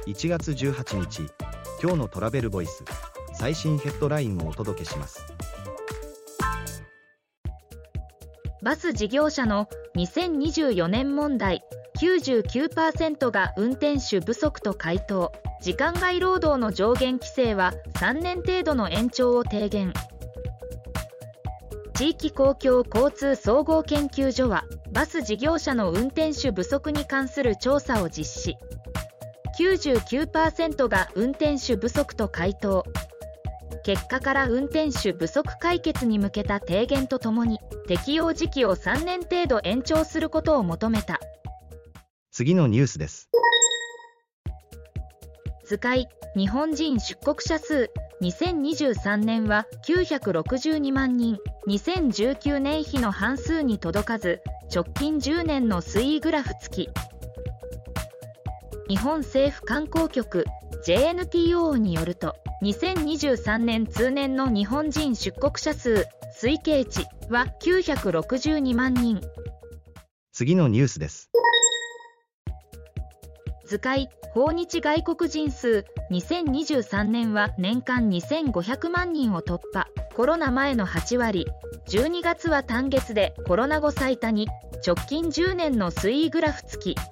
1月18日、今日のトラベルボイス、最新ヘッドラインをお届けします。 バス事業者の2024年問題、99% が運転手不足と回答。時間外労働の上限規制は3年程度の延長を提言。地域公共交通総合研究所はバス事業者の運転手不足に関する調査を実施。99% が運転手不足と回答。結果から運転手不足解決に向けた提言とともに適用時期を3年程度延長することを求めた。 次のニュースです。 図解、日本人出国者数2023年は962万人、2019年比の半数に届かず、直近10年の推移グラフ付き。日本政府観光局 JNTO によると、2023年通年の日本人出国者数推計値は962万人。 次のニュースです。 図解、訪日外国人数2023年は年間2500万人を突破。コロナ前の8割、12月は単月でコロナ後最多に。直近10年の推移グラフ付き。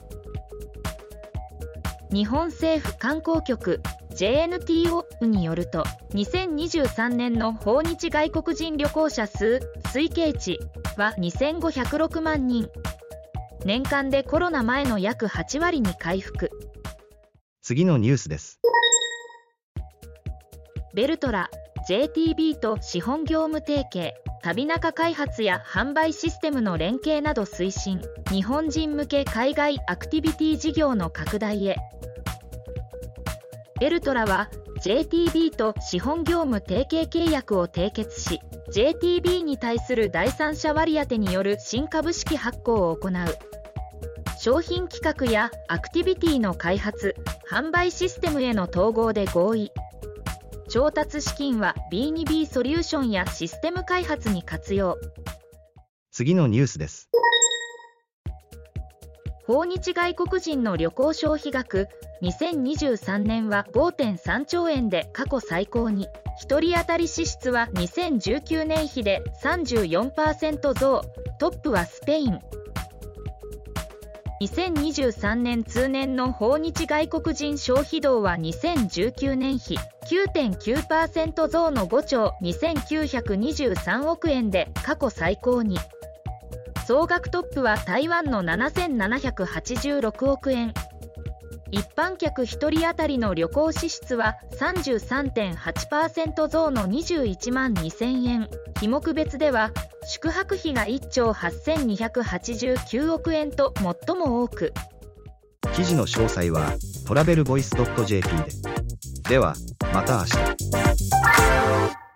日本政府観光局 JNTO によると、2023年の訪日外国人旅行者数推計値は2506万人。年間でコロナ前の約8割に回復。 次のニュースです。 ベルトラ JTB と資本業務提携、旅中開発や販売システムの連携など推進。日本人向け海外アクティビティ事業の拡大へ。ベルトラは JTB と資本業務提携契約を締結し、JTB に対する第三者割当による新株式発行を行う。商品企画やアクティビティの開発、販売システムへの統合で合意。調達資金は B2B ソリューションやシステム開発に活用。 次のニュースです。 訪日外国人の旅行消費額2023年は 5.3 兆円で過去最高に。1人当たり支出は2019年比で 34% 増。トップはスペイン。2023年通年の訪日外国人消費動は2019年比 9.9% 増の5兆2923億円で過去最高に。総額トップは台湾の7786億円。一般客1人当たりの旅行支出は 33.8% 増の21万2000円。費目別では宿泊費が1兆8289億円と最も多く。 記事の詳細はトラベルボイス .jp で。ではまた明日。